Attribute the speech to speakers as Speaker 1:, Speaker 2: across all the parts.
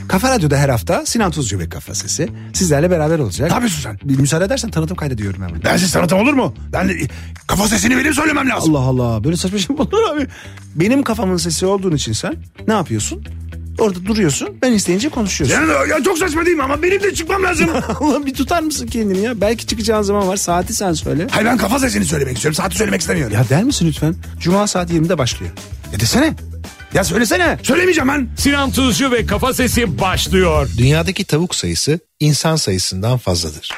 Speaker 1: Kafa Radyo'da her hafta Sinan Tuzcu ve Kafa Sesi sizlerle beraber olacak.
Speaker 2: Ne yapıyorsun sen?
Speaker 1: Bir müsaade edersen tanıtım kaydediyorum hemen.
Speaker 2: Bensiz tanıtım olur mu? Ben kafa sesini benim söylemem lazım.
Speaker 1: Allah Allah, böyle saçma şey mi olur abi? Benim kafamın sesi olduğun için sen ne yapıyorsun? Orada duruyorsun, ben isteyince konuşuyorsun.
Speaker 2: Ya çok saçma değil mi ama benim de çıkmam lazım.
Speaker 1: Allah, bir tutar mısın kendini ya? Belki çıkacağın zaman var, saati sen söyle.
Speaker 2: Hayır, ben kafa sesini söylemek istiyorum, saati söylemek istemiyorum.
Speaker 1: Ya der misin lütfen? Cuma saat 20'de başlıyor.
Speaker 2: Ya desene. Ya söylesene. Söylemeyeceğim ben.
Speaker 3: Sinan Tuzcu ve Kafa Sesi başlıyor.
Speaker 4: Dünyadaki tavuk sayısı insan sayısından fazladır.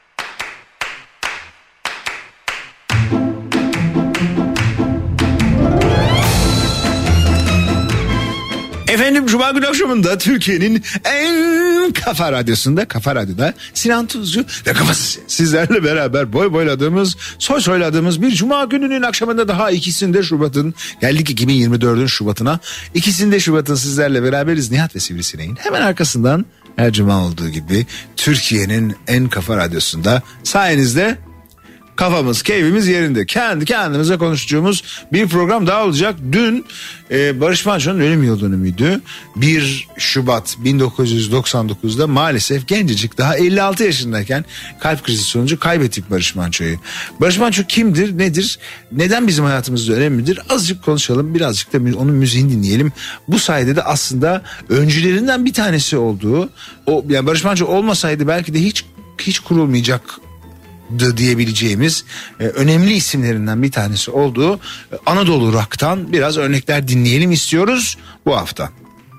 Speaker 1: Efendim, Cuma günü akşamında Türkiye'nin en kafa radyosunda, Kafa Radyo'da Sinan Tuzcu ve Kafa Sesi sizlerle beraber boy boyladığımız, soy soyladığımız bir Cuma gününün akşamında daha, ikisinde Şubat'ın, geldik 2024'ün Şubat'ına. İkisinde Şubat'ın sizlerle beraberiz. Nihat ve Sivrisineğin hemen arkasından her Cuma olduğu gibi Türkiye'nin en kafa radyosunda sayenizde kafamız, keyfimiz yerinde. Kendi kendimize konuştuğumuz bir program daha olacak. Dün Barış Manço'nun ölüm yıl dönümüydü. 1 Şubat 1999'da maalesef gencecik, daha 56 yaşındayken kalp krizi sonucu kaybettik Barış Manço'yu. Barış Manço kimdir, nedir, neden bizim hayatımızda önemlidir? Azıcık konuşalım, birazcık da onun müziğini dinleyelim. Bu sayede de aslında öncülerinden bir tanesi olduğu, yani Barış Manço olmasaydı belki de hiç kurulmayacak diyebileceğimiz önemli isimlerinden bir tanesi olduğu Anadolu Rock'tan biraz örnekler dinleyelim istiyoruz bu hafta.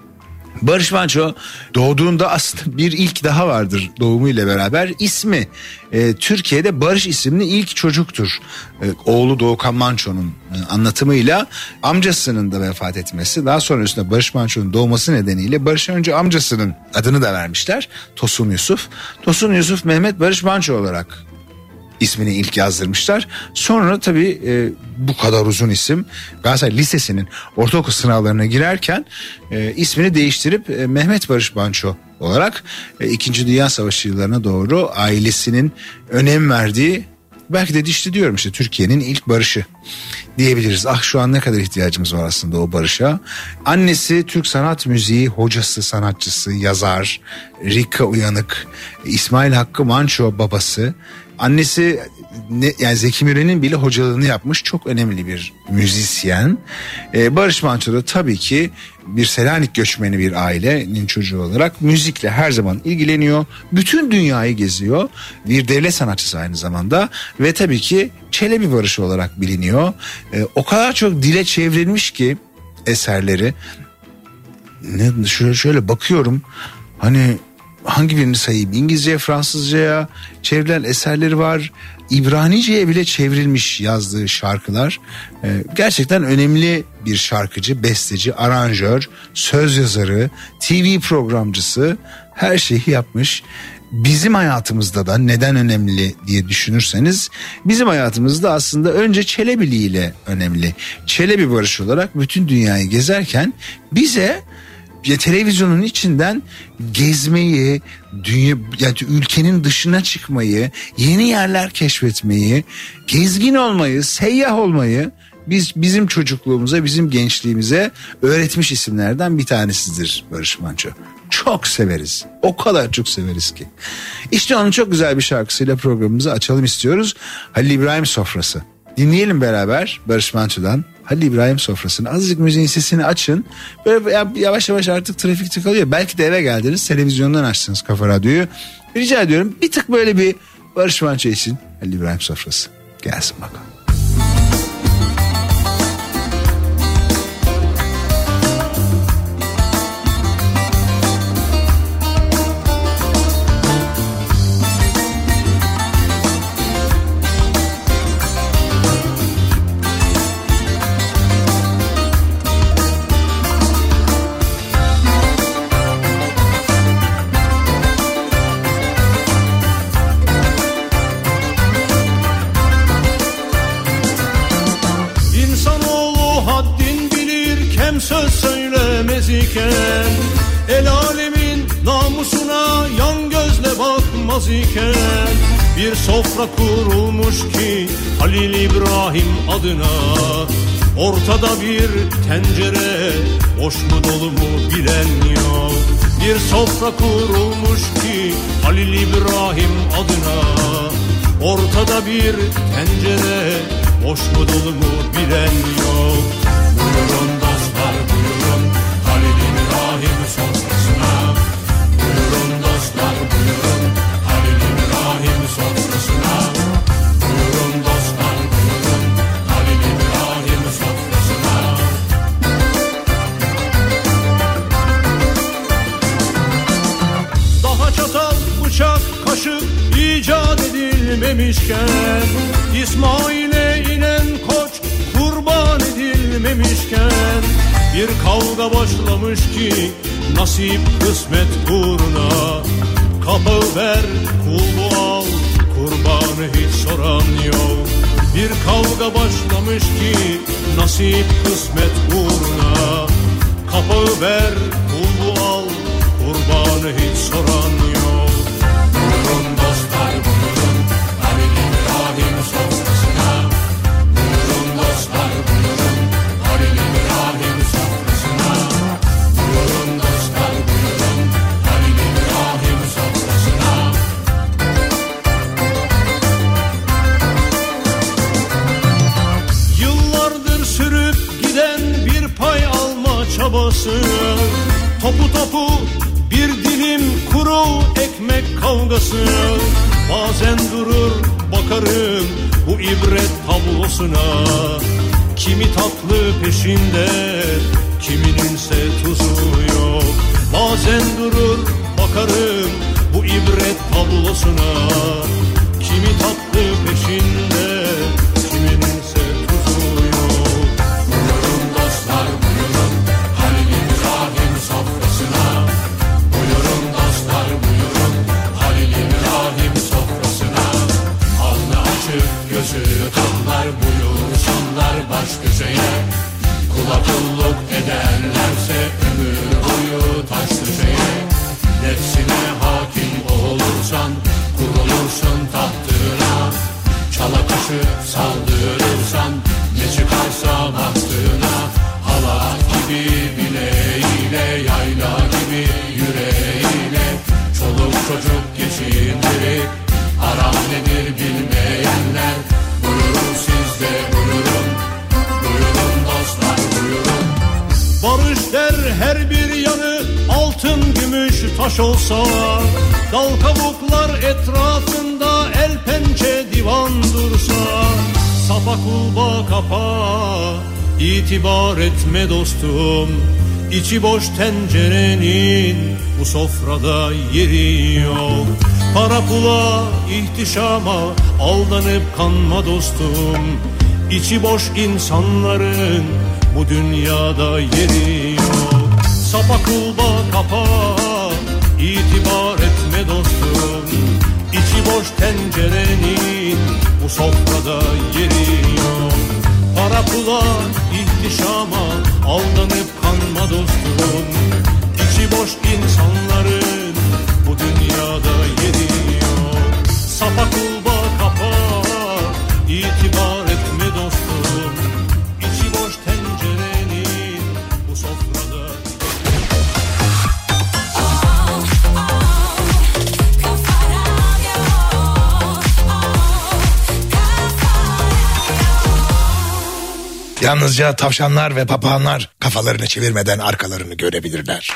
Speaker 1: Barış Manço doğduğunda aslında bir ilk daha vardır doğumuyla beraber. İsmi Türkiye'de Barış isimli ilk çocuktur. Oğlu Doğukan Manço'nun anlatımıyla amcasının da vefat etmesi, daha sonrasında Barış Manço'nun doğması nedeniyle Barış'a önce amcasının adını da vermişler. Tosun Yusuf. Tosun Yusuf Mehmet Barış Manço olarak ismini ilk yazdırmışlar. Sonra tabii bu kadar uzun isim, Galatasaray Lisesi'nin ortaokul sınavlarına girerken ismini değiştirip Mehmet Barış Manço olarak 2. Dünya Savaşı yıllarına doğru ailesinin önem verdiği, belki de işte diyorum işte Türkiye'nin ilk barışı diyebiliriz. Ah, şu an ne kadar ihtiyacımız var aslında o barışa. Annesi Türk sanat müziği hocası, sanatçısı, yazar Rika Uyanık. İsmail Hakkı Manço babası. Annesi yani Zeki Müren'in bile hocalığını yapmış çok önemli bir müzisyen. Barış Manço da tabii ki bir Selanik göçmeni bir ailenin çocuğu olarak müzikle her zaman ilgileniyor. Bütün dünyayı geziyor. Bir devlet sanatçısı aynı zamanda ve tabii ki Çelebi Barış olarak biliniyor. O kadar çok dile çevrilmiş ki eserleri. Şöyle bakıyorum, hani hangi birini sayayım? İngilizce, Fransızcaya çevrilen eserleri var. İbranice'ye bile çevrilmiş yazdığı şarkılar. Gerçekten önemli bir şarkıcı, besteci, aranjör, söz yazarı, TV programcısı, her şeyi yapmış. Bizim hayatımızda da neden önemli diye düşünürseniz, bizim hayatımızda aslında önce Çelebili ile önemli. Çelebi Barış olarak bütün dünyayı gezerken bize televizyonun içinden gezmeyi, yani ülkenin dışına çıkmayı, yeni yerler keşfetmeyi, gezgin olmayı, seyyah olmayı bizim çocukluğumuza, bizim gençliğimize öğretmiş isimlerden bir tanesidir Barış Manço. Çok severiz. O kadar çok severiz ki. İşte onun çok güzel bir şarkısıyla programımızı açalım istiyoruz. Halil İbrahim Sofrası. Dinleyelim beraber Barış Manço'dan Halil İbrahim Sofrası'nı. Azıcık müziğin sesini açın. Böyle yavaş yavaş artık trafik tıkalıyor. Belki de eve geldiniz, televizyondan açtınız Kafa Radyo'yu. Rica ediyorum bir tık böyle bir Barış Manço için Halil İbrahim Sofrası. Gelsin bakalım.
Speaker 5: Söz söylemez iken, el alemin namusuna yan gözle bakmaz iken, bir sofra kurulmuş ki Halil İbrahim adına, ortada bir tencere, boş mu dolu mu bilen yok. Bir sofra kurulmuş ki Halil İbrahim adına. Ortada bir tencere, boş mu dolu mu bilen yok. Buyurun dostlar buyurun, Halil İbrahim sofrasına. Buyurun dostlar buyurun, Halil İbrahim sofrasına. Buyurun dostlar buyurun, Halil İbrahim sofrasına. Daha çatal, bıçak, kaşık icat edilmemişken, İsmail'e inen koç kurban edilmemişken, bir kavga başlamış ki nasip kısmet uğruna. Kapağı ver, kulu al, kurbanı hiç soran yok. Bir kavga başlamış ki nasip kısmet uğruna. Kapağı ver, kulu al, kurbanı hiç soran yok. Buyurun dostlar buyurun, Halil İbrahim sofrasına. Buyurun dostlar buyurun, Halil İbrahim sofrasına. Buyurun dostlar buyurun, Halil İbrahim sofrasına. Yıllardır sürüp giden bir pay alma çabası. Topu topu bir dilim kuru ekmek kavgası. Bazen durur bakarım bu ibret tablosuna. Kimi tatlı peşinde, kimininse tuzu yok. Bazen durur bakarım bu ibret tablosuna. Kimi tatlı peşinde, kimininse tuzu yok. Buyurun dostlar buyurun, Halil İbrahim sofrasına. Buyurun dostlar buyurun, Halil İbrahim sofrasına. Alnı açık gözü kanlar buyursunlar baş köşeye. Kula kulluk ederlerse ömür boyu taş köşeye. Nefsine hakim olursan kurulursun tahtına. Çala kaşık saldırırsan ne çıkarsa bahtına. Halat gibi bileğiyle, yayla gibi yüreğiyle. Çoluk çocuk geçindirip haram nedir bilmeyenler. Buyurun siz de buyurun, buyurun dostlar buyurun. Barış der her bir yanı altın gümüş taş olsa. Dal kabuklar etrafında el pençe divan dursa. Sapa kulba kapa, itibar etme dostum. İçi boş tencerenin bu sofrada yeri yok. Para pula, ihtişama aldanıp kanma dostum. İçi boş insanların bu dünyada yeri yok. Sapa kulba kapa, itibar etme dostum. İçi boş tencerenin bu sofrada yeri yok. Para pula, ihtişama aldanıp kanma dostum. İçi boş insanların bu dünyada yeri yok. Sapa kulba kapa, itibar etme dostum. İçi boş tencerenin bu sofrada.
Speaker 2: Yalnızca tavşanlar ve papağanlar kafalarını çevirmeden arkalarını görebilirler.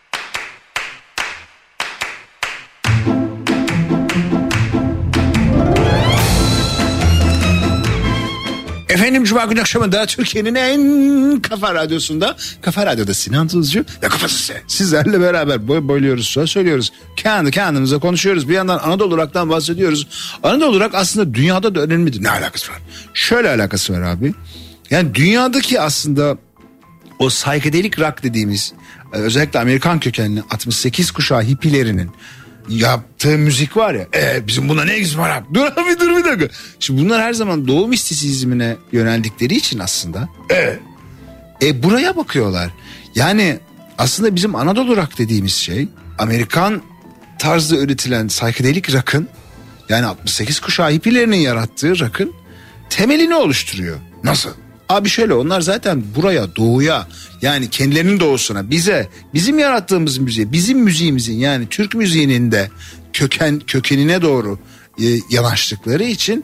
Speaker 1: Efendim Cuma günü akşamında Türkiye'nin en kafa radyosunda, Kafa Radyo'da Sinan Tuzcu ve Kafa Sesi sizlerle beraber boyluyoruz, söz söylüyoruz. Kendimize konuşuyoruz. Bir yandan Anadolu Rock'tan bahsediyoruz. Anadolu Rock aslında dünyada da önemlidir. Ne alakası var? Şöyle alakası var abi. Yani dünyadaki aslında o psychedelic rock dediğimiz, özellikle Amerikan kökenli 68 kuşağı hippilerinin yaptığı müzik var ya.
Speaker 2: Bizim buna ne ilgisi var abi?
Speaker 1: Dur bir dakika. Şimdi bunlar her zaman doğu mistisizmine yöneldikleri için aslında. Buraya bakıyorlar. Yani aslında bizim Anadolu rock dediğimiz şey Amerikan tarzda üretilen psychedelic rock'ın, yani 68 kuşağı hippilerinin yarattığı rock'ın temelini oluşturuyor.
Speaker 2: Nasıl?
Speaker 1: Abi şöyle, onlar zaten buraya, doğuya, yani kendilerinin doğusuna, bize, bizim yarattığımız müziğe, bizim müziğimizin, yani Türk müziğinin de kökenine doğru yanaştıkları için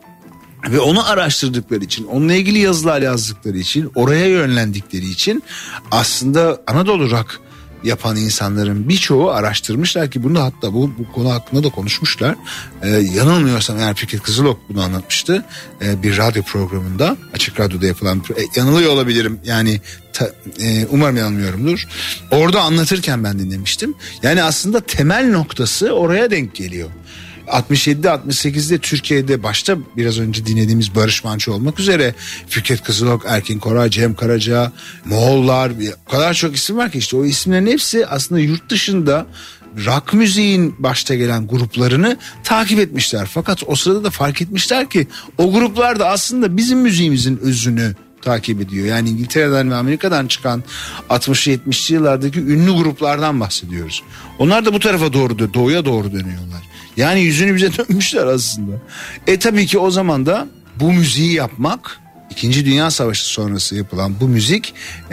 Speaker 1: ve onu araştırdıkları için, onunla ilgili yazılar yazdıkları için, oraya yönlendikleri için aslında Anadolu rock yapan insanların birçoğu araştırmışlar ki bunu, hatta bu konu hakkında da konuşmuşlar. Yanılmıyorsam eğer Fikret Kızılok bunu anlatmıştı bir radyo programında, Açık Radyo'da yapılan, yanılıyor olabilirim yani, umarım yanılmıyorumdur. Orada anlatırken ben dinlemiştim. Yani aslında temel noktası oraya denk geliyor. 67'de 68'de Türkiye'de başta biraz önce dinlediğimiz Barış Manço olmak üzere Fikret Kızılok, Erkin Koray, Cem Karaca, Moğollar, o kadar çok isim var ki işte o isimlerin hepsi aslında yurt dışında rock müziğin başta gelen gruplarını takip etmişler. Fakat o sırada da fark etmişler ki o gruplar da aslında bizim müziğimizin özünü takip ediyor. Yani İngiltere'den ve Amerika'dan çıkan 60'lı 70'li yıllardaki ünlü gruplardan bahsediyoruz. Onlar da bu tarafa doğru, doğuya doğru dönüyorlar. Yani yüzünü bize dönmüşler aslında. Tabii ki o zaman da bu müziği yapmak, 2. Dünya Savaşı sonrası yapılan bu müzik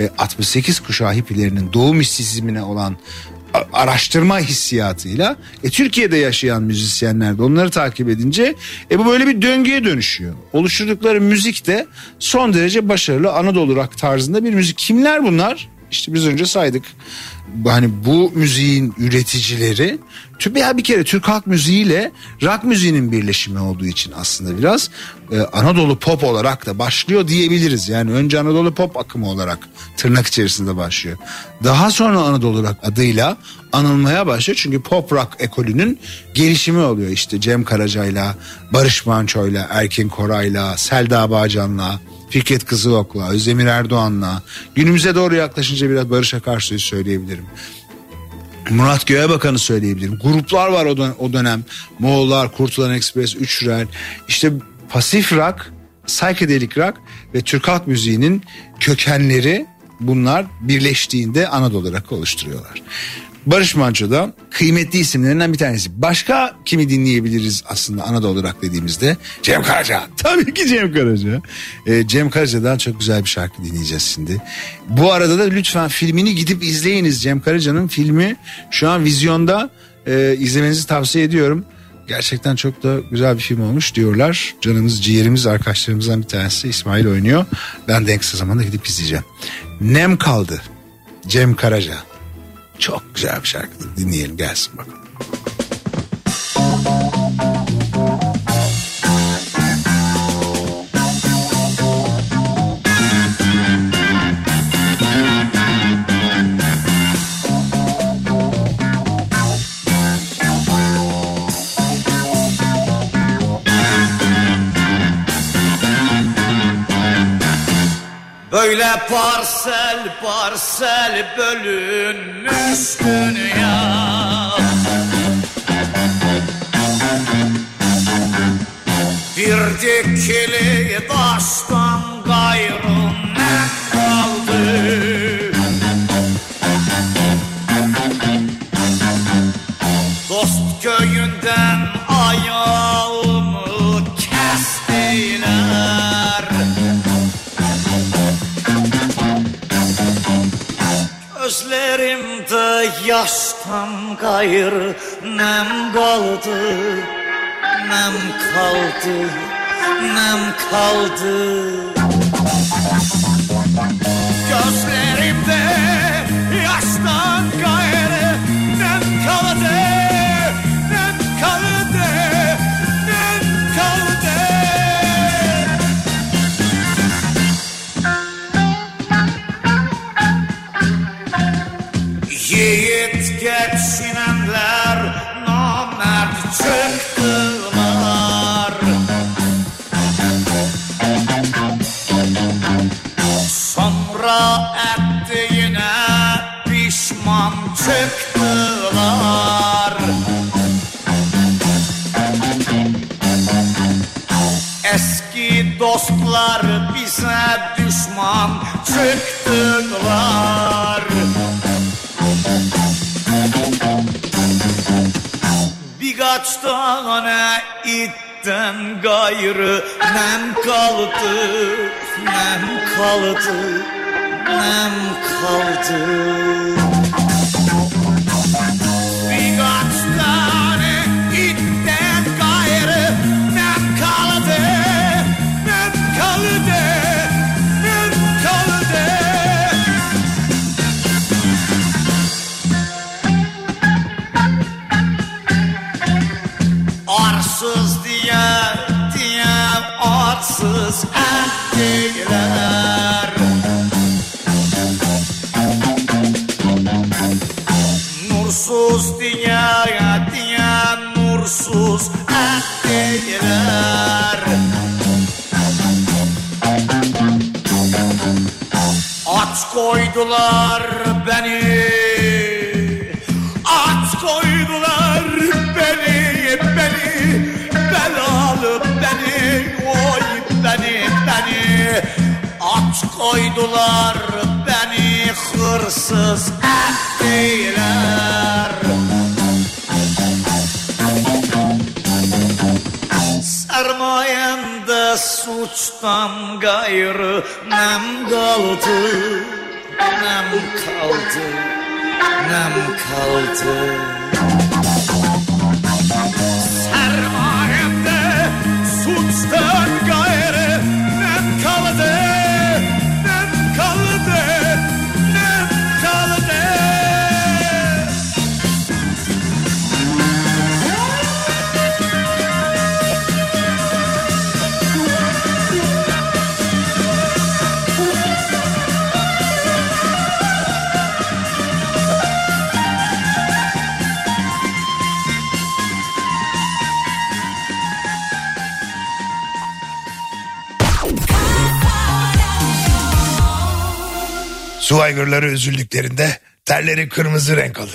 Speaker 1: 68 kuşağı hippilerinin doğu mistisizmine olan araştırma hissiyatıyla Türkiye'de yaşayan müzisyenler de onları takip edince bu böyle bir döngüye dönüşüyor. Oluşturdukları müzik de son derece başarılı Anadolu rock tarzında bir müzik. Kimler bunlar? İşte biz önce saydık. Hani bu müziğin üreticileri bir kere Türk halk müziğiyle rock müziğinin birleşimi olduğu için aslında biraz Anadolu pop olarak da başlıyor diyebiliriz. Yani önce Anadolu pop akımı olarak tırnak içerisinde başlıyor. Daha sonra Anadolu rock adıyla anılmaya başlıyor. Çünkü pop rock ekolünün gelişimi oluyor. İşte Cem Karaca'yla, Barış Manço'yla, Erkin Koray'la, Selda Bağcan'la, Fikret Kızılok'la, Özdemir Erdoğan'la, günümüze doğru yaklaşınca biraz Barış Akarsu'yu söyleyebilirim. Murat Göğebakan'ı söyleyebilirim. Gruplar var o dönem. Moğollar, Kurtulan Express, Üçrel. İşte pasif rock, psychedelic rock ve Türk halk müziğinin kökenleri, bunlar birleştiğinde Anadolu rock'ı oluşturuyorlar. Barış Manço da kıymetli isimlerinden bir tanesi. Başka kimi dinleyebiliriz aslında Anadolu rock dediğimizde? Cem Karaca. Tabii ki Cem Karaca. Cem Karaca'dan çok güzel bir şarkı dinleyeceğiz şimdi. Bu arada da lütfen filmini gidip izleyiniz. Cem Karaca'nın filmi şu an vizyonda. İzlemenizi tavsiye ediyorum. Gerçekten çok da güzel bir film olmuş diyorlar. Canımız, ciğerimiz, arkadaşlarımızdan bir tanesi İsmail oynuyor. Ben de en kısa zamanda gidip izleyeceğim. Nem kaldı. Cem Karaca. Çok güzel bir şarkıdır. Dinleyelim, gelsin bakalım.
Speaker 6: Böyle parsel parsel bölünmüş dünya, bir dikili taştan gayrı ne kaldı? Dost köyünden ayağımı kestiler, gözlerimde yaştan gayrı nem kaldı, nem kaldı, nem kaldı. Gözlerimde yaştan gayrı nem kaldı, nem kaldı, nem kaldı. Yiğit geçinenler namert çıktılar, sonra ettiğine pişman çıktılar. Eski dostlar bize düşman çıktılar. Birkaç tane it etmekten gayrı nem kaldı, nem kaldı, nem kaldı. Birkaç tane itten gayrı nem kaldı, nem kaldı, nem kaldı. Arsız diye arsız ettiler. Nursuz diye nursuz ettiler. Aç koydular beni, aç koydular beni, belalı beni, oy beni. Aç koydular beni, hırsız ettiler. Sermayemde suçtan gayrı nem kaldı, nem kaldı, nem kaldı. Sermayemde suçtan gayrı nem kaldı, nem kaldı, nem kaldı.
Speaker 2: Su aygırları üzüldüklerinde terleri kırmızı renk alır.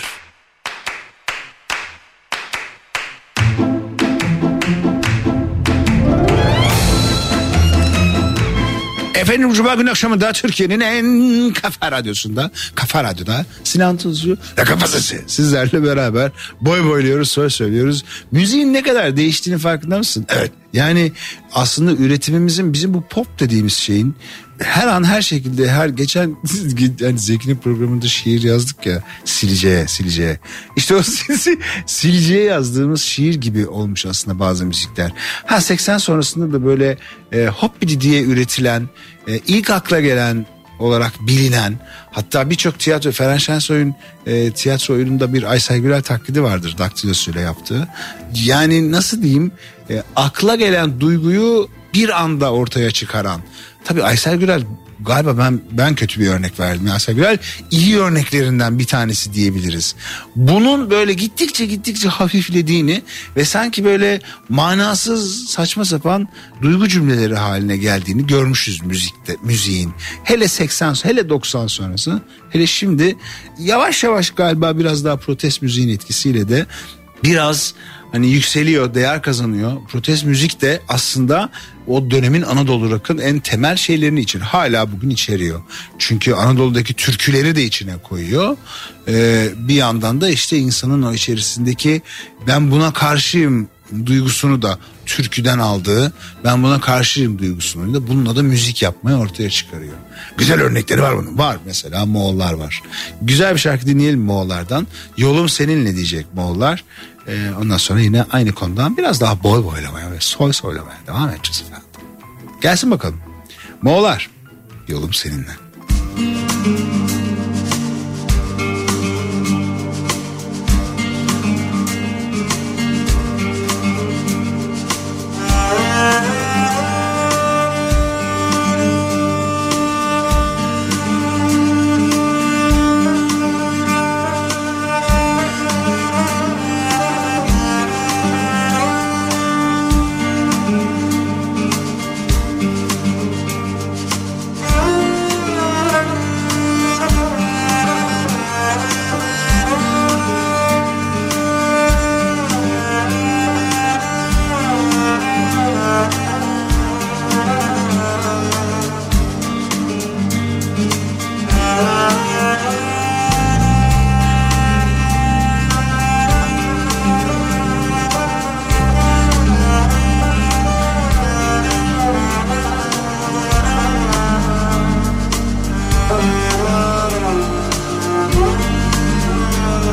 Speaker 1: Efendim Cuma günü akşamında Türkiye'nin en kafa radyosunda, Kafa Radyo'da Sinan Tuzcu ve Kafa Sesi sizlerle beraber boy boyluyoruz, söz söylüyoruz. Müziğin ne kadar değiştiğini farkında mısın? Evet. Yani aslında üretimimizin, bizim bu pop dediğimiz şeyin her an her şekilde, her geçen yani Zeki'nin programında şiir yazdık ya, sileceğe. İşte o sileceğe yazdığımız şiir gibi olmuş aslında bazı müzikler. 80 sonrasında da böyle hoppidi diye üretilen, ilk akla gelen olarak bilinen, hatta birçok tiyatro, Ferhan Şensoy'un tiyatro oyununda bir Aysel Gürel taklidi vardır daktilosuyla yaptığı. Yani nasıl diyeyim, akla gelen duyguyu bir anda ortaya çıkaran. Tabii Aysel Gürel galiba ben kötü bir örnek verdim. Aysel Gürel iyi örneklerinden bir tanesi diyebiliriz. Bunun böyle gittikçe hafiflediğini ve sanki böyle manasız saçma sapan duygu cümleleri haline geldiğini görmüşüz müziğin. Hele 80, hele 90 sonrası, hele şimdi yavaş yavaş galiba biraz daha protest müziğin etkisiyle de biraz hani yükseliyor, değer kazanıyor. Protest müzik de aslında o dönemin Anadolu rock'ın en temel şeylerini için hala bugün içeriyor. Çünkü Anadolu'daki türküleri de içine koyuyor. Bir yandan da işte insanın o içerisindeki ben buna karşıyım duygusunu da türküden aldığı, ben buna karşıyım duygusunu da bununla da müzik yapmaya ortaya çıkarıyor. Güzel örnekleri var bunun. Var mesela Moğollar var. Güzel bir şarkı dinleyelim Moğollardan. Yolum seninle diyecek Moğollar. Ondan sonra yine aynı konudan biraz daha boy boylamaya ve soy soylamaya devam edeceğiz efendim. Gelsin bakalım. Moğollar, yolum seninle.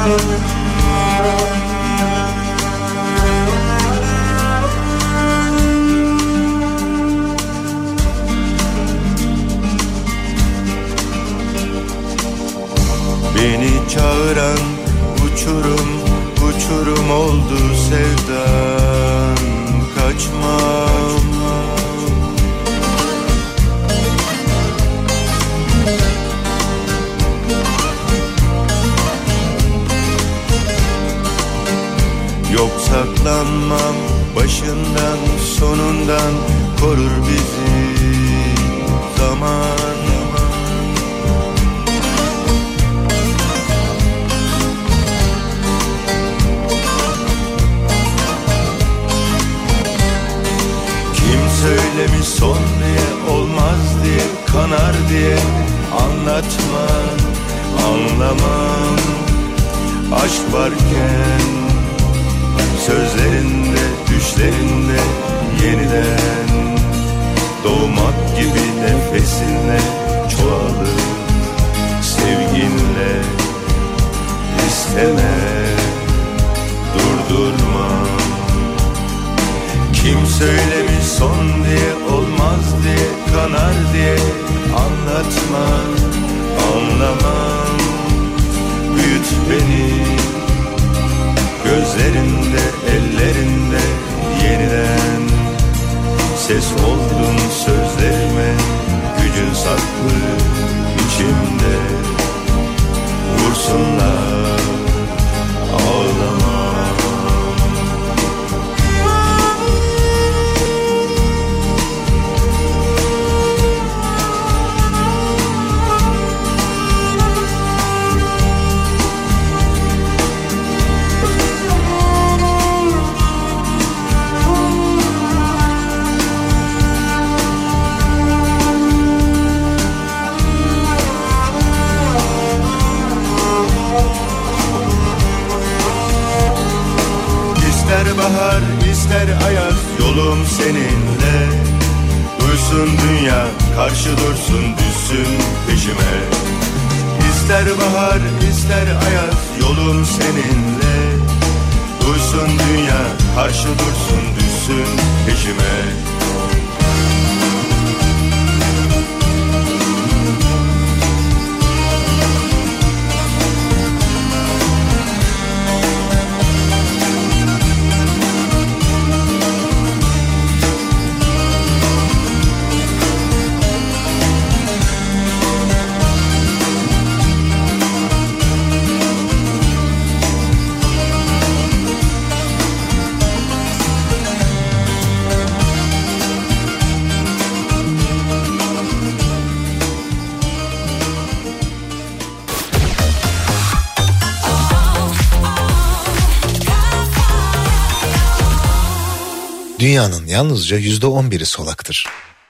Speaker 7: Beni çağıran uçurum, uçurum oldu sevdan, kaçmam. Yok saklanmam, başından sonundan korur bizi zaman. Söylemiş son diye, olmaz diye, kanar diye, anlatma, anlamam. Aşk varken sözlerinde, düşlerinde yeniden doğmak gibi nefesinle çoğalır. Sevginle isteme, durdurma. Kim söylemiş son diye, olmaz diye, kanar diye, anlatma, anlamam. Büyüt beni gözlerinde, ellerinde yeniden. Ses oldun sözlerime, gücün saklı içimde. Vursunlar, ağlama. İster bahar, ister ayaz, yolum seninle. Duysun dünya, karşı dursun, düşsün peşime. İster bahar, ister ayaz, yolum seninle. Duysun dünya, karşı dursun, düşsün peşime.
Speaker 4: Dünyanın yalnızca %11'i solaktır.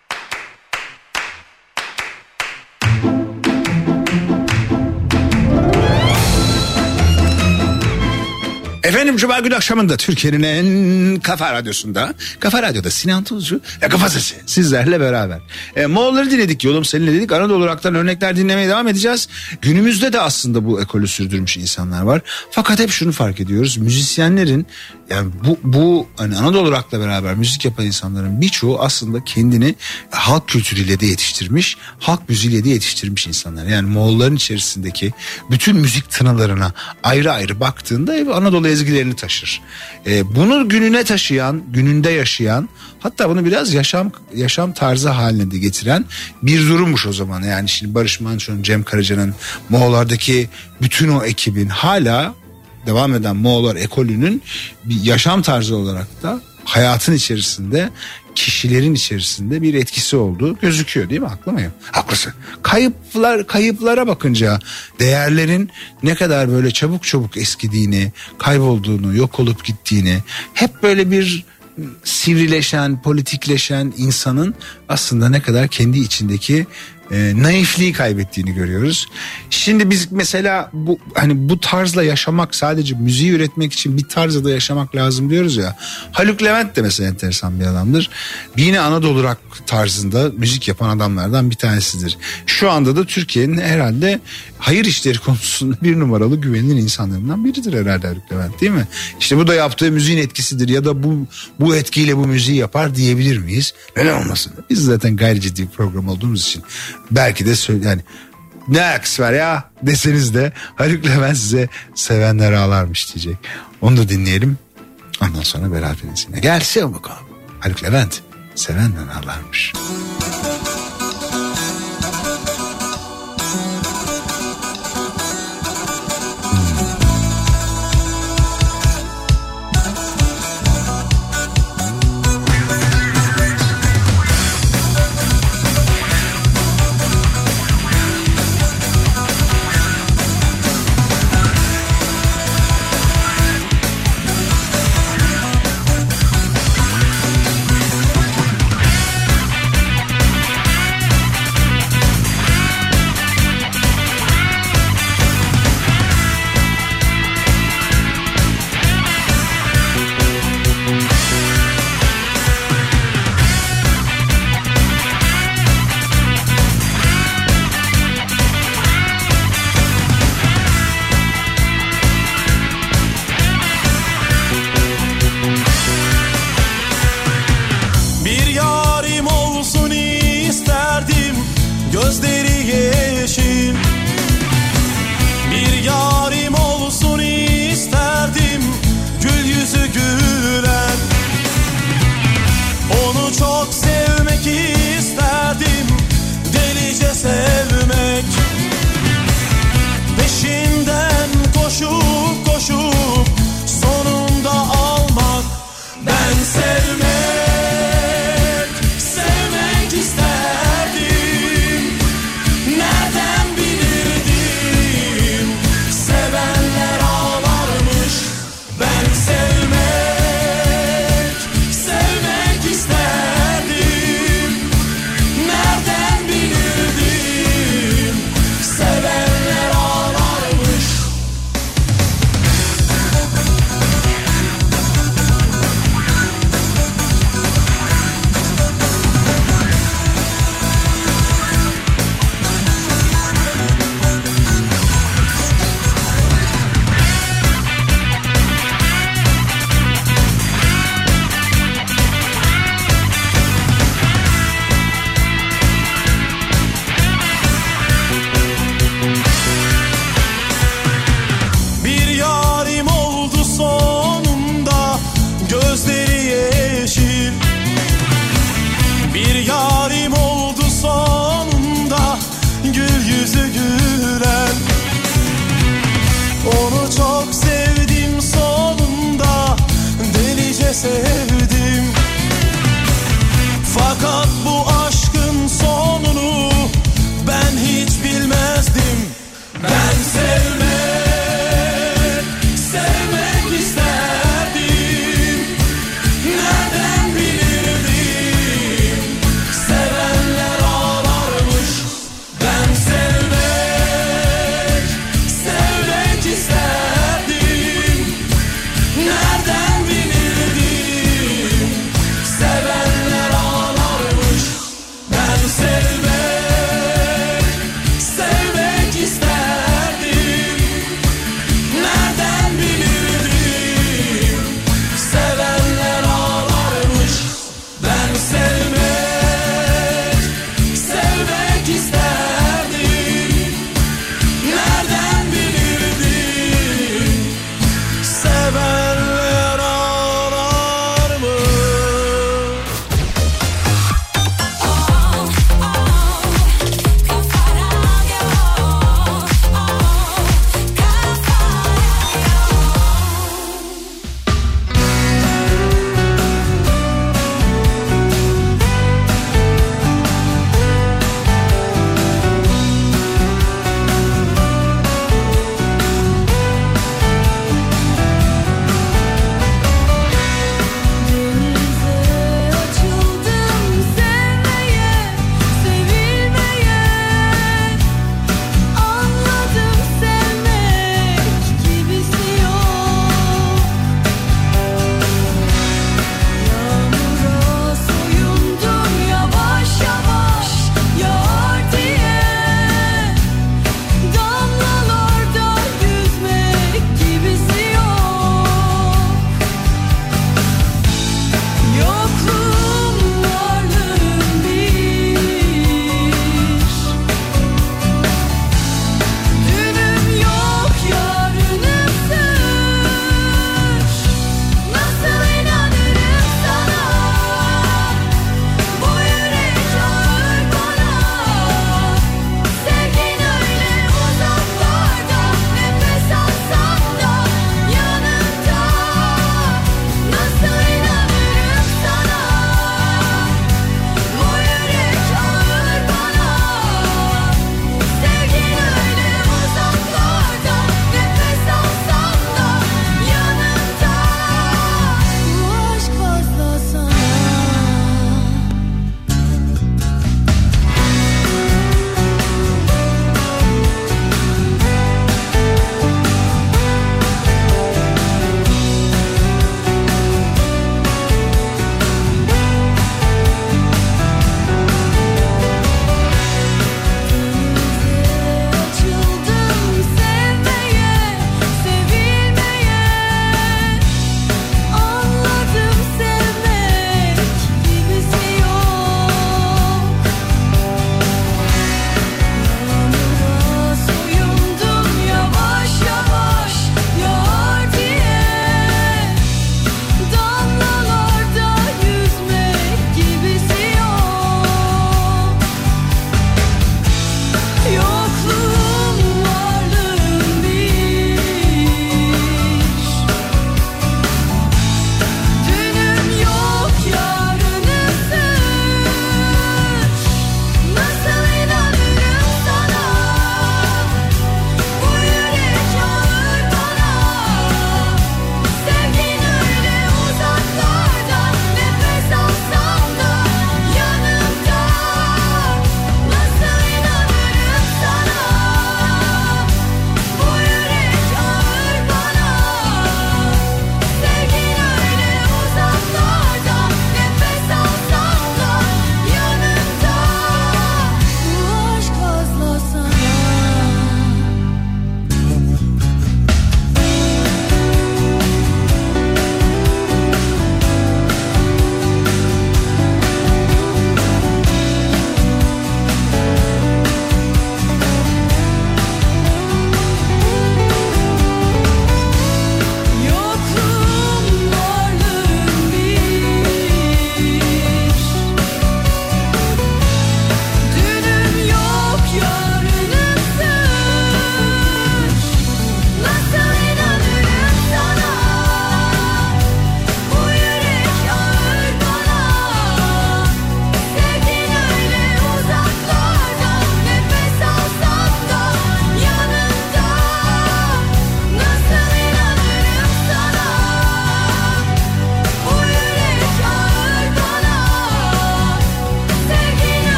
Speaker 1: Efendim Cuma günü akşamında Türkiye'nin en kafa radyosunda, Kafa Radyo'da Sinan Tuzcu ve Kafa Sesi sizlerle beraber. Moğolları dinledik, yolum seninle dedik. Anadolu Rock'tan örnekler dinlemeye devam edeceğiz. Günümüzde de aslında bu ekolü sürdürmüş insanlar var. Fakat hep şunu fark ediyoruz. Müzisyenlerin, yani bu hani Anadolu Rock'la beraber müzik yapan insanların birçoğu aslında kendini halk kültürüyle de yetiştirmiş, halk müziğiyle de yetiştirmiş insanlar. Yani Moğolların içerisindeki bütün müzik tınılarına ayrı ayrı baktığında hep Anadolu ezgilerini taşır. Bunu gününe taşıyan, gününde yaşayan, hatta bunu biraz yaşam tarzı haline de getiren bir durummuş o zaman. Yani şimdi Barış Manço'nun, Cem Karaca'nın, Moğollardaki bütün o ekibin hala devam eden Moğollar ekolünün bir yaşam tarzı olarak da hayatın içerisinde, kişilerin içerisinde bir etkisi olduğu gözüküyor, değil mi? Haklı mıyım? Haklısın. Kayıplara bakınca değerlerin ne kadar böyle çabuk eskidiğini, kaybolduğunu, yok olup gittiğini, hep böyle bir sivrileşen, politikleşen insanın aslında ne kadar kendi içindeki naifliği kaybettiğini görüyoruz. Şimdi biz mesela bu tarzla yaşamak, sadece müziği üretmek için bir tarzda da yaşamak lazım diyoruz ya. Haluk Levent de mesela enteresan bir adamdır. Yine Anadolu Rock tarzında müzik yapan adamlardan bir tanesidir. Şu anda da Türkiye'nin herhalde hayır işleri konusunda bir numaralı güvenilir insanlarından biridir herhalde Haluk Levent, değil mi? İşte bu da yaptığı müziğin etkisidir ya da bu etkiyle bu müziği yapar diyebilir miyiz? Neden olmasın? Biz zaten gayri ciddi bir program olduğumuz için belki de yani ne alakası var ya deseniz de Haluk Levent size sevenler ağlarmış diyecek. Onu da dinleyelim. Ondan sonra beraberiz yine. Gelsin bakalım. Haluk Levent sevenler ağlarmış.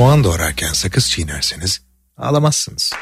Speaker 4: Soğan doğrarken sakız çiğnerseniz ağlamazsınız.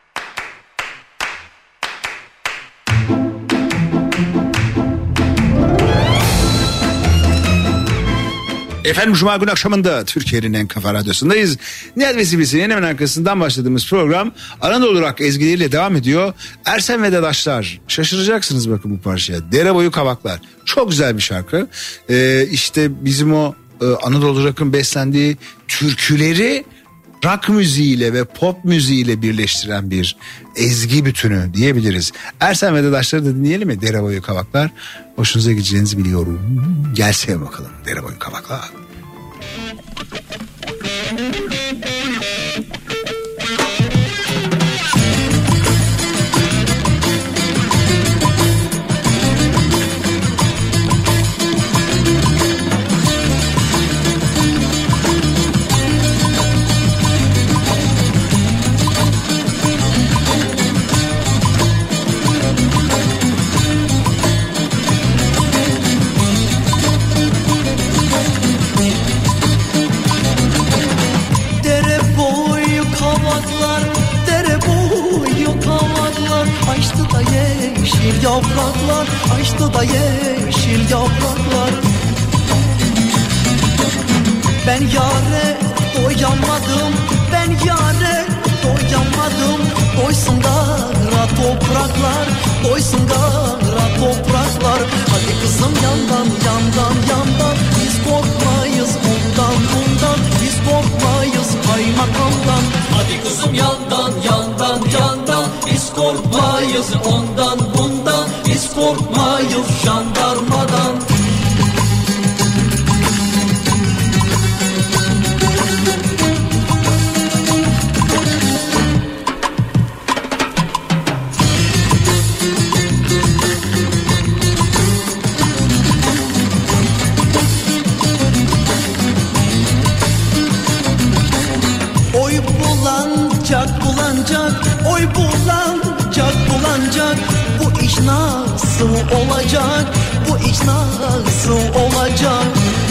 Speaker 1: Efendim Cuma günü akşamında Türkiye'nin en kafa radyosundayız. Nihat ve Sivrisi'nin hemen arkasından başladığımız program Anadolu Rock ezgileriyle devam ediyor. Ersen ve Dadaşlar, şaşıracaksınız bakın bu parçaya. Dere boyu kavaklar. Çok güzel bir şarkı. İşte bizim o Anadolu Rock'ın beslendiği türküleri rock müziğiyle ve pop müziğiyle birleştiren bir ezgi bütünü diyebiliriz. Ersen ve Dadaşlar'ı da dinleyelim mi? Dere boyu kavaklar. Hoşunuza gideceğinizi biliyorum. Gelsene bakalım dere boyu kavaklar.
Speaker 8: Yapraklar açtı da yeşil yapraklar. Ben yâre doyamadım, ben yâre doyamadım. Doysun gara topraklar, doysun gara topraklar. Hadi kızım yandan yandan yandan, biz korkmayız ondan bundan, biz korkmayız kaymakamdan. Hadi kızım yandan yandan yandan, biz korkmayız ondan bundan, biz korkmayız jandarmadan. Oy bulanacak bulanacak, oy bulanacak bulanacak. Bu iş nasıl olacak, bu iş nasıl olacak?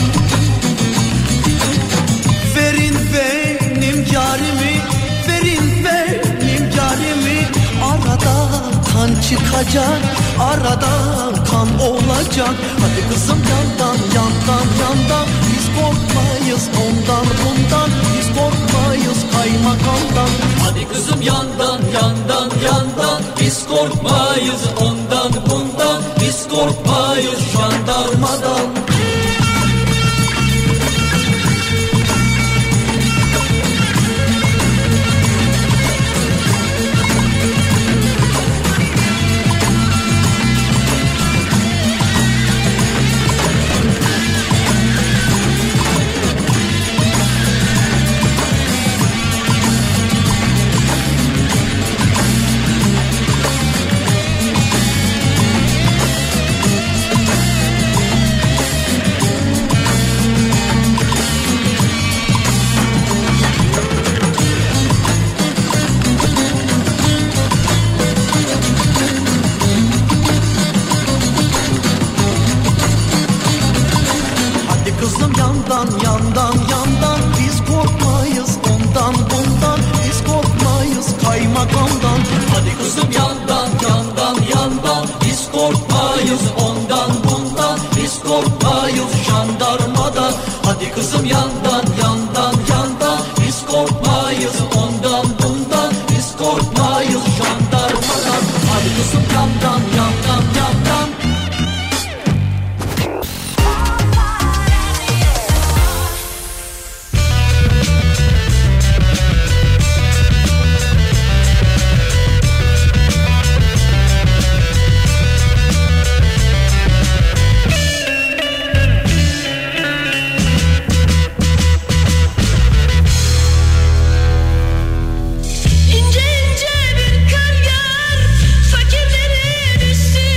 Speaker 8: Verin benim yarimi, verin benim yarimi. Arada kan çıkacak, arada kan olacak. Hadi kızım yandan yandan yandan, biz korkmayız ondan bundan, biz korkmayız kaymakamdan. Hadi kızım yandan yandan yandan, biz korkmayız ondan bundan, biz korkmayız jandarmadan. Yandan yandan, biz korkmayız ondan bundan, biz korkmayız kaymakamdan. Hadi kızım yandan yandan yandan, biz korkmayız ondan bundan, biz korkmayız jandarmadan. Hadi kızım yandan yandan yandan, biz korkmayız ondan bundan, biz korkmayız jandarmadan. Hadi kızım yandan yandan yandan.
Speaker 9: İnce ince bir kar yağar, fakirlerin üstüne.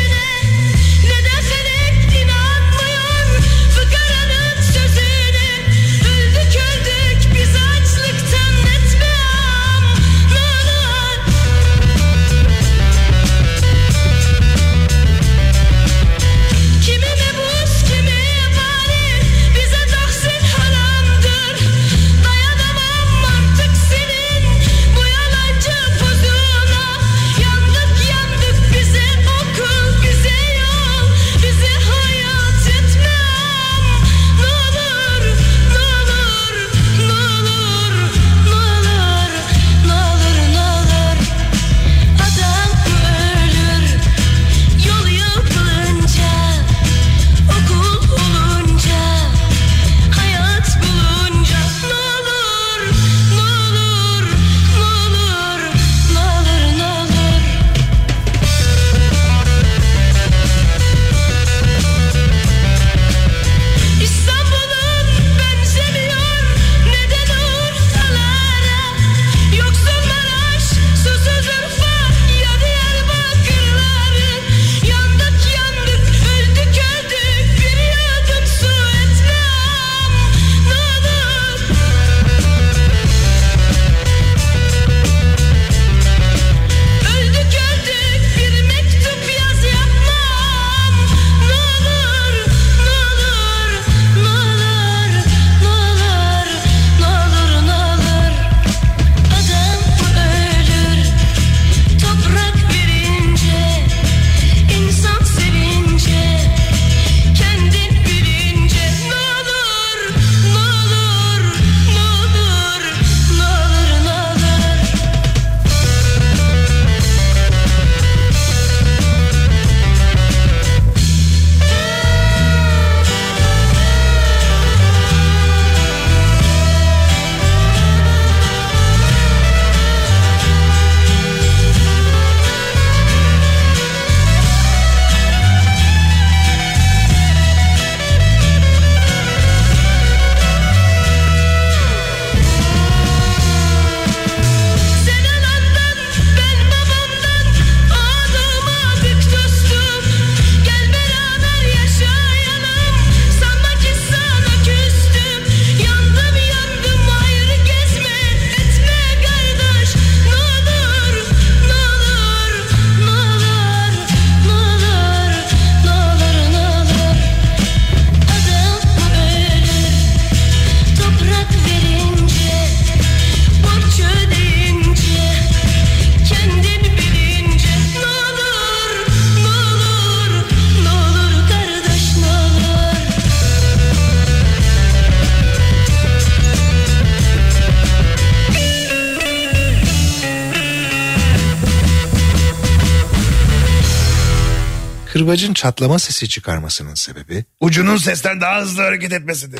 Speaker 4: Kırbacın çatlama sesi çıkarmasının sebebi
Speaker 2: Ucunun sesten daha hızlı hareket etmesidir.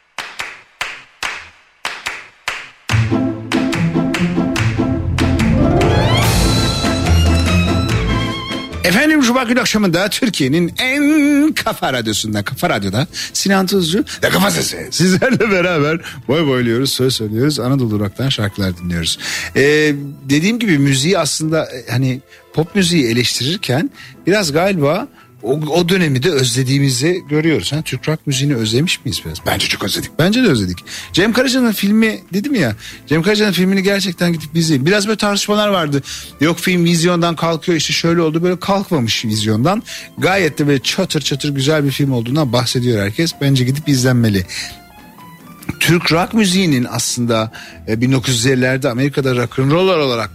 Speaker 1: Efendim Cuma günü akşamında Türkiye'nin en kafa radyosunda, Kafa Radyo'da Sinan Tuzcu ve Kafa Sesi sizlerle beraber boy boyluyoruz, söz söylüyoruz, Anadolu Rock'tan şarkılar dinliyoruz. Dediğim gibi müziği aslında hani pop müziği eleştirirken biraz galiba o dönemi de özlediğimizi görüyoruz. Ha, Türk rock müziğini özlemiş miyiz biraz? Bence çok özledik. Bence de özledik. Cem Karaca'nın filmi dedim ya. Cem Karaca'nın filmini gerçekten gidip izleyin. Biraz böyle tartışmalar vardı. Yok film vizyondan kalkıyor, işte şöyle oldu, böyle kalkmamış vizyondan. Gayet de böyle çatır çatır güzel bir film olduğundan bahsediyor herkes. Bence gidip izlenmeli. Türk rock müziğinin aslında 1950'lerde Amerika'da rock'n'roll olarak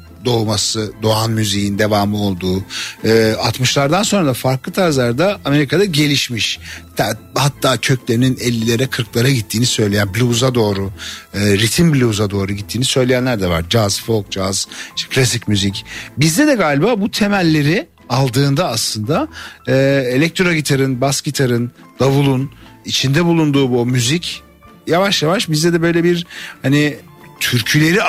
Speaker 1: doğan müziğin devamı olduğu, 60'lardan sonra da farklı tarzlarda Amerika'da gelişmiş, hatta köklerinin 50'lere 40'lara gittiğini söyleyen, blues'a doğru, ritim blues'a doğru gittiğini söyleyenler de var. Jazz, folk, jazz, işte klasik müzik. Bizde de galiba bu temelleri aldığında aslında elektro gitarın, bas gitarın, davulun içinde bulunduğu bu müzik yavaş yavaş bizde de böyle bir hani türküleri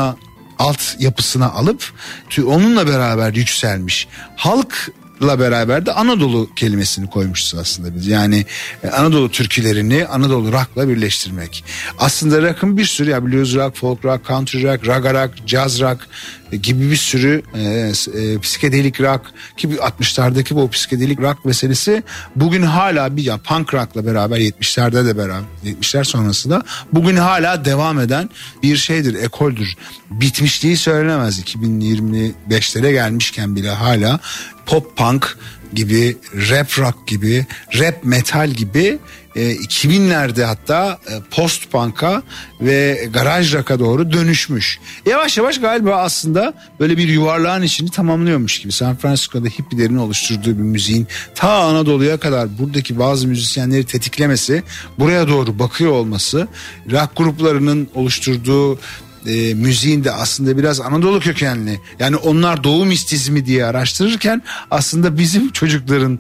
Speaker 1: alt yapısına alıp onunla beraber yükselmiş. Halkla beraber de Anadolu kelimesini koymuşuz aslında biz. Yani Anadolu türkülerini Anadolu rock'la birleştirmek. Aslında rock'ın bir sürü, ya blues rock, folk rock, country rock, raga rock, jazz rock gibi bir sürü psikedelik rock gibi 60'lardaki bu psikedelik rock meselesi bugün hala bir punk rock'la beraber 70'lerde de beraber 70'ler sonrası da bugün hala devam eden bir şeydir, ekoldür. Bitmişliği söylenemez. 2025'lere gelmişken bile hala pop punk gibi, rap rock gibi, rap metal gibi 2000'lerde hatta post punk'a ve garaj rock'a doğru dönüşmüş. Yavaş yavaş galiba aslında böyle bir yuvarlağın içini tamamlıyormuş gibi. San Francisco'da hippilerin oluşturduğu bir müziğin ta Anadolu'ya kadar buradaki bazı müzisyenleri tetiklemesi, buraya doğru bakıyor olması, rock gruplarının oluşturduğu müziğin de aslında biraz Anadolu kökenli. Yani onlar doğu mistizmi diye araştırırken aslında bizim çocukların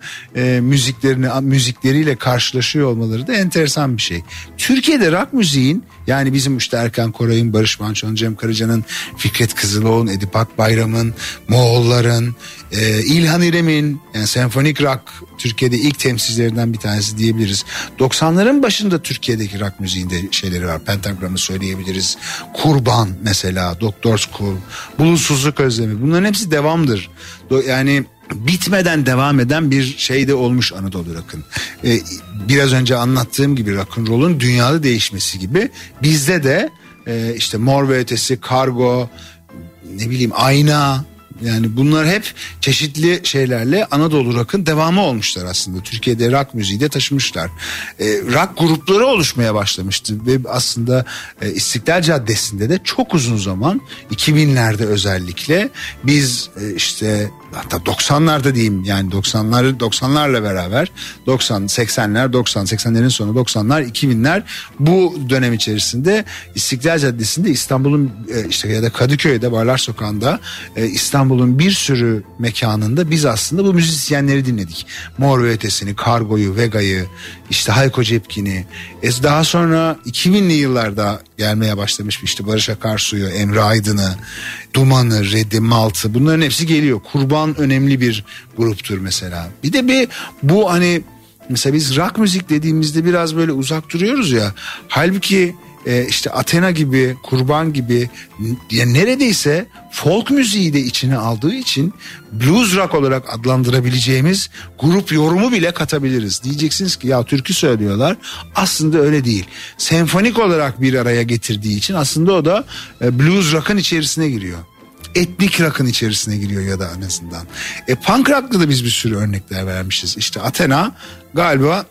Speaker 1: müzikleriyle karşılaşıyor olmaları da enteresan bir şey. Türkiye'de rock müziğin, yani bizim işte Erkan Koray'ın, Barış Manço'nun, Cem Karaca'nın, Fikret Kızıloğlu'nun, Edip Akbayram'ın, Moğolların, İlhan İrem'in, yani senfonik rock Türkiye'de ilk temsilcilerinden bir tanesi diyebiliriz. 90'ların başında Türkiye'deki rock müziğinde şeyleri var. Pentagram'ı söyleyebiliriz. Kurban mesela, Doktor School, Bulutsuzluk Özlemi. Bunların hepsi devamdır. Yani bitmeden devam eden bir şey de olmuş Anadolu rock'ın. Biraz önce anlattığım gibi rock'n'roll'un dünyada değişmesi gibi bizde de işte Mor ve Ötesi, Kargo, ne bileyim Ayna, yani bunlar hep çeşitli şeylerle Anadolu rock'ın devamı olmuşlar aslında. Türkiye'de rock müziği de taşımışlar. Rock grupları oluşmaya başlamıştı ve aslında İstiklal Caddesi'nde de çok uzun zaman 2000'lerde özellikle biz işte hatta 90'larda diyeyim, yani 90'larla beraber 80'lerin sonu 90'lar 2000'ler bu dönem içerisinde İstiklal Caddesi'nde İstanbul'un işte ya da Kadıköy'de Barlar Sokağı'nda İstanbul'un bir sürü mekanında biz aslında bu müzisyenleri dinledik. Mor ve Ötesi'ni, Kargo'yu, Vega'yı, işte Hayko Cepkin'i. Daha sonra 2000'li yıllarda gelmeye başlamış işte Barış Akarsu'yu, Emre Aydın'ı, Duman'ı, Red'i, Malt'ı, bunların hepsi geliyor. Kurban önemli bir gruptur mesela. Bir de bu hani mesela biz rock müzik dediğimizde biraz böyle uzak duruyoruz ya. Halbuki işte Athena gibi, Kurban gibi, yani neredeyse folk müziği de içine aldığı için blues rock olarak adlandırabileceğimiz grup yorumu bile katabiliriz. Diyeceksiniz ki ya türkü söylüyorlar. Aslında öyle değil. Senfonik olarak bir araya getirdiği için aslında o da blues rock'ın içerisine giriyor. Etnik rock'ın içerisine giriyor ya da en azından. Punk rock'ta da biz bir sürü örnekler vermişiz. İşte Athena galiba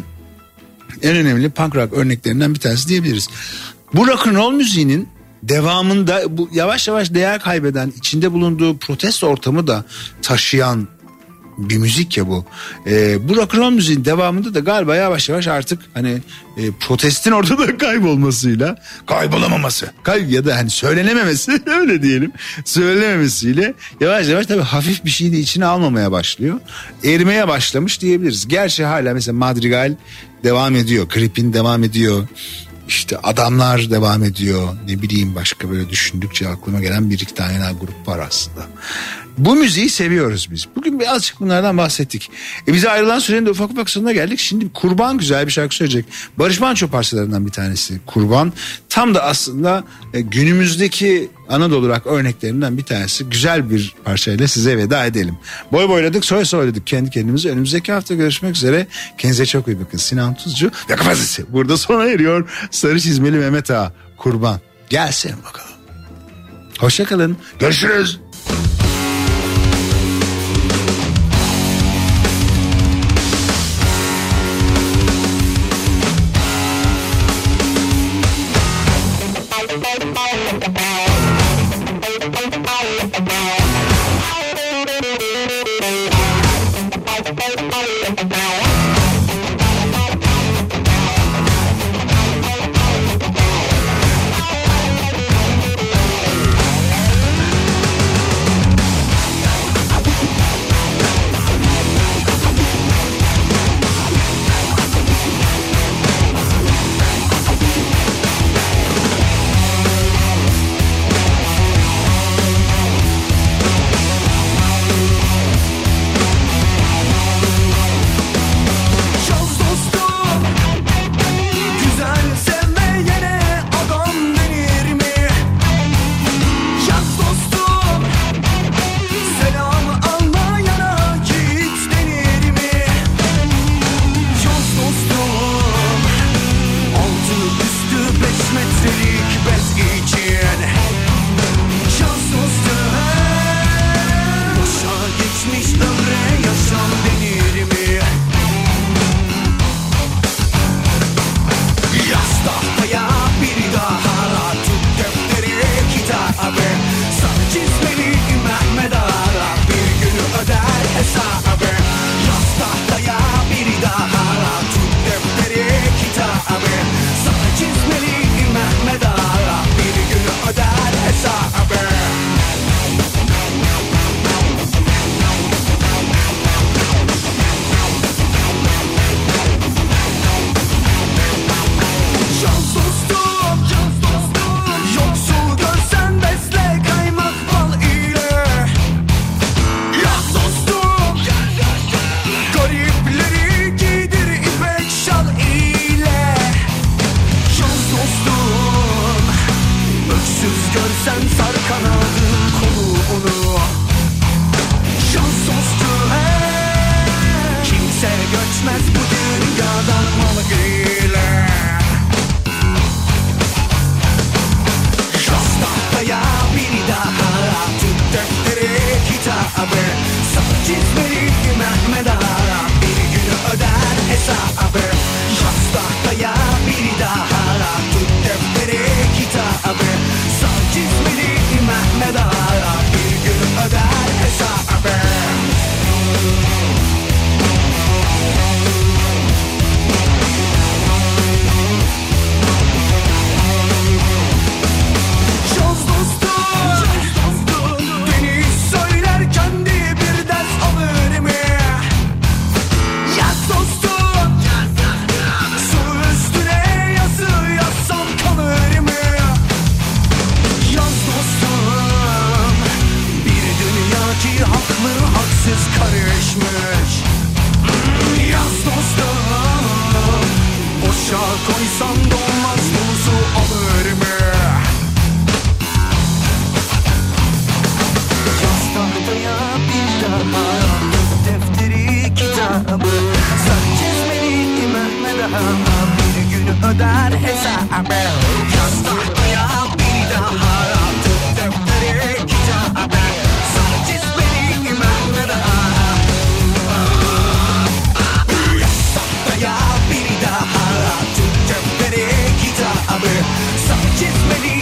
Speaker 1: en önemli punk rock örneklerinden bir tanesi diyebiliriz. Bu rock'n'roll müziğinin devamında bu yavaş yavaş değer kaybeden, içinde bulunduğu protest ortamı da taşıyan bir müzik ya bu. Bu rock'n'roll müziğin devamında da galiba yavaş yavaş artık hani protestin ortada kaybolmasıyla,
Speaker 2: Kaybolamaması.
Speaker 1: ya da hani söylenememesi öyle diyelim. Söylenememesiyle yavaş yavaş tabii hafif bir şeyi de içine almamaya başlıyor. Erimeye başlamış diyebiliriz. Gerçi hala mesela Madrigal devam ediyor. Creep'in devam ediyor. İşte Adamlar devam ediyor. Ne bileyim başka böyle düşündükçe aklıma gelen bir iki tane daha grup var aslında. Bu müziği seviyoruz biz. Bugün birazcık bunlardan bahsettik. Bize ayrılan sürenin de ufak ufak sonuna geldik. Şimdi Kurban güzel bir şarkı söyleyecek. Barış Manço parçalarından bir tanesi Kurban. Tam da aslında günümüzdeki Anadolu rock örneklerinden bir tanesi. Güzel bir parçayla size veda edelim. Boy boyladık, soy soyladık kendi kendimizi. Önümüzdeki hafta görüşmek üzere. Kendinize çok iyi bakın. Sinan Tuzcu ve Kafa Sesi burada sona eriyor. Sarı çizmeli Mehmet Ağa Kurban. Gelsin bakalım. Hoşçakalın. Görüşürüz.
Speaker 8: Just many